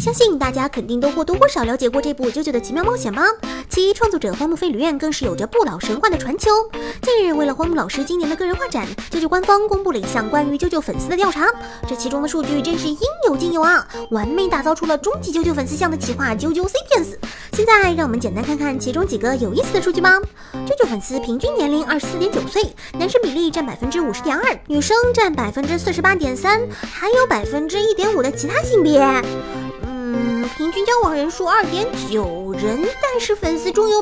相信大家肯定都或多或少了解过这部《啾啾的奇妙冒险》吧？其创作者荒木飞吕彦更是有着不老神话的传球。近日，为了荒木老师今年的个人画展，啾啾官方公布了一项关于啾啾粉丝的调查，这其中的数据真是应有尽有啊，完美打造出了终极啾啾粉丝向的企划啾啾 CPS。现在让我们简单看看其中几个有意思的数据吧。啾啾粉丝平均年龄24.9岁，男生比例占50.2%，女生占48.3%，还有1.5%的其他性别。平均交往人数2.9人，但是粉丝中有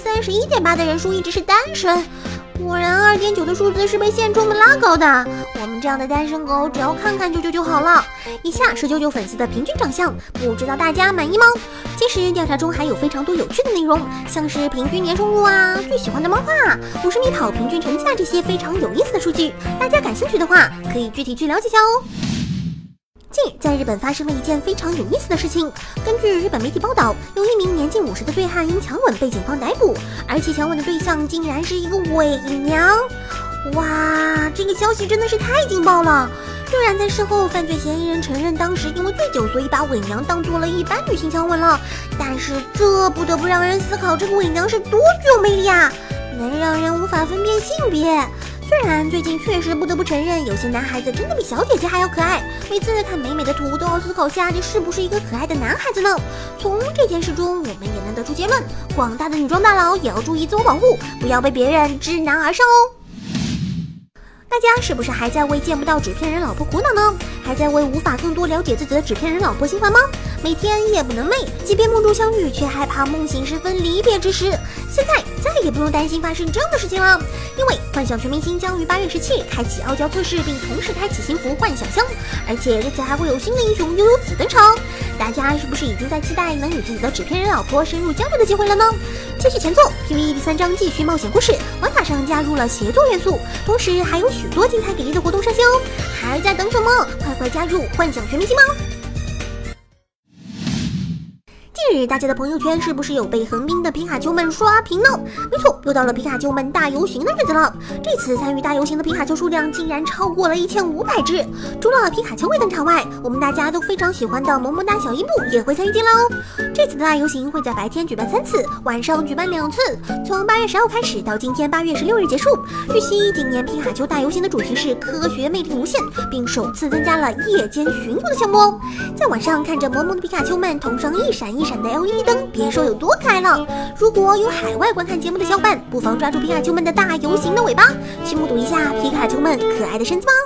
31.8%的人数一直是单身。果然2.9的数字是被现充们拉高的，我们这样的单身狗只要看看啾啾就好了。以下是啾啾粉丝的平均长相，不知道大家满意吗？其实调查中还有非常多有趣的内容，像是平均年收入啊、最喜欢的漫画、50米跑平均成绩这些非常有意思的数据，大家感兴趣的话可以具体去了解下哦。近日，在日本发生了一件非常有意思的事情。根据日本媒体报道，有一名年近50的醉汉因强吻被警方逮捕，而且强吻的对象竟然是一个伪娘。哇，这个消息真的是太劲爆了！虽然在事后，犯罪嫌疑人承认当时因为醉酒，所以把伪娘当做了一般女性强吻了，但是这不得不让人思考，这个伪娘是多具有魅力啊，能让人无法分辨性别。虽然最近确实不得不承认，有些男孩子真的比小姐姐还要可爱，每次看美美的图都要思考下这是不是一个可爱的男孩子呢？从这件事中，我们也能得出结论，广大的女装大佬也要注意自我保护，不要被别人知难而上哦。大家是不是还在为见不到纸片人老婆苦恼呢？还在为无法更多了解自己的纸片人老婆心烦吗？每天夜不能寐，即便梦中相遇，却害怕梦醒时分离别之时。现在再也不用担心发生这样的事情了，因为幻想全明星将于8月17日开启傲娇测试，并同时开启新服幻想箱，而且这次还会有新的英雄悠悠子登场。大家是不是已经在期待能与自己的纸片人老婆深入交流的机会了呢？继续前作 PVE 第3章继续冒险故事，玩法上加入了协作元素，同时还有许多精彩给力的活动上线哦！还在等什么？快加入幻想全明星吧！近日，大家的朋友圈是不是有被横滨的皮卡丘们刷屏呢？没错，又到了皮卡丘们大游行的日子了。这次参与大游行的皮卡丘数量竟然超过了1500只。除了皮卡丘会登场外，我们大家都非常喜欢的萌萌哒小樱布也会参与进来哦。这次的大游行会在白天举办3次，晚上举办2次，从8月10号开始到今天8月16日结束。据悉，今年皮卡丘大游行的主题是科学魅力无限，并首次增加了夜间巡游的项目哦。在晚上看着萌萌的皮卡丘们头上一闪一闪的 LED 灯，别说有多可爱了。如果有海外观看节目的小伙伴，不妨抓住皮卡丘们的大游行的尾巴，去目睹一下皮卡丘们可爱的身子吧。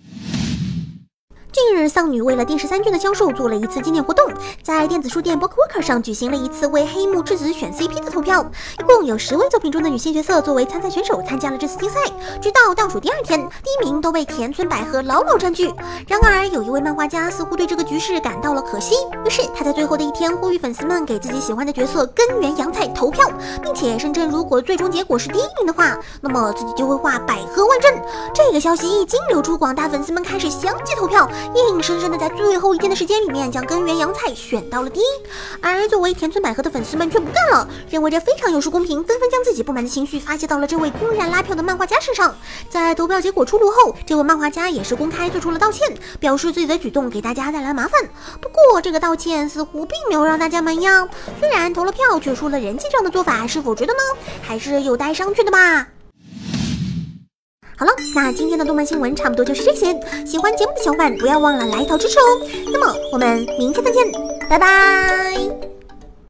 近日，丧女为了第13卷的销售做了一次纪念活动，在电子书店 BookWalker 上举行了一次为黑木之子选 CP 的投票，一共有10位作品中的女性角色作为参赛选手参加了这次竞赛。直到倒数第2天，第1名都被田村百合牢牢占据。然而，有一位漫画家似乎对这个局势感到了可惜，于是他在最后的一天呼吁粉丝们给自己喜欢的角色根源洋菜投票，并且声称如果最终结果是第1名的话，那么自己就会画百合万阵。这个消息一经流出，广大粉丝们开始相继投票，硬生生的在最后一天的时间里面将根源洋菜选到了第1。而作为田村百合的粉丝们却不干了，认为这非常有失公平，纷纷将自己不满的情绪发泄到了这位公然拉票的漫画家身上。在投票结果出炉后，这位漫画家也是公开做出了道歉，表示自己的举动给大家带来麻烦。不过这个道歉似乎并没有让大家满意啊，虽然投了票却输了人气，这样的做法是否值得呢？还是有待商榷的吧。好了，那今天的动漫新闻差不多就是这些。喜欢节目的小伙伴不要忘了来一套支持哦。那么我们明天再见，拜拜。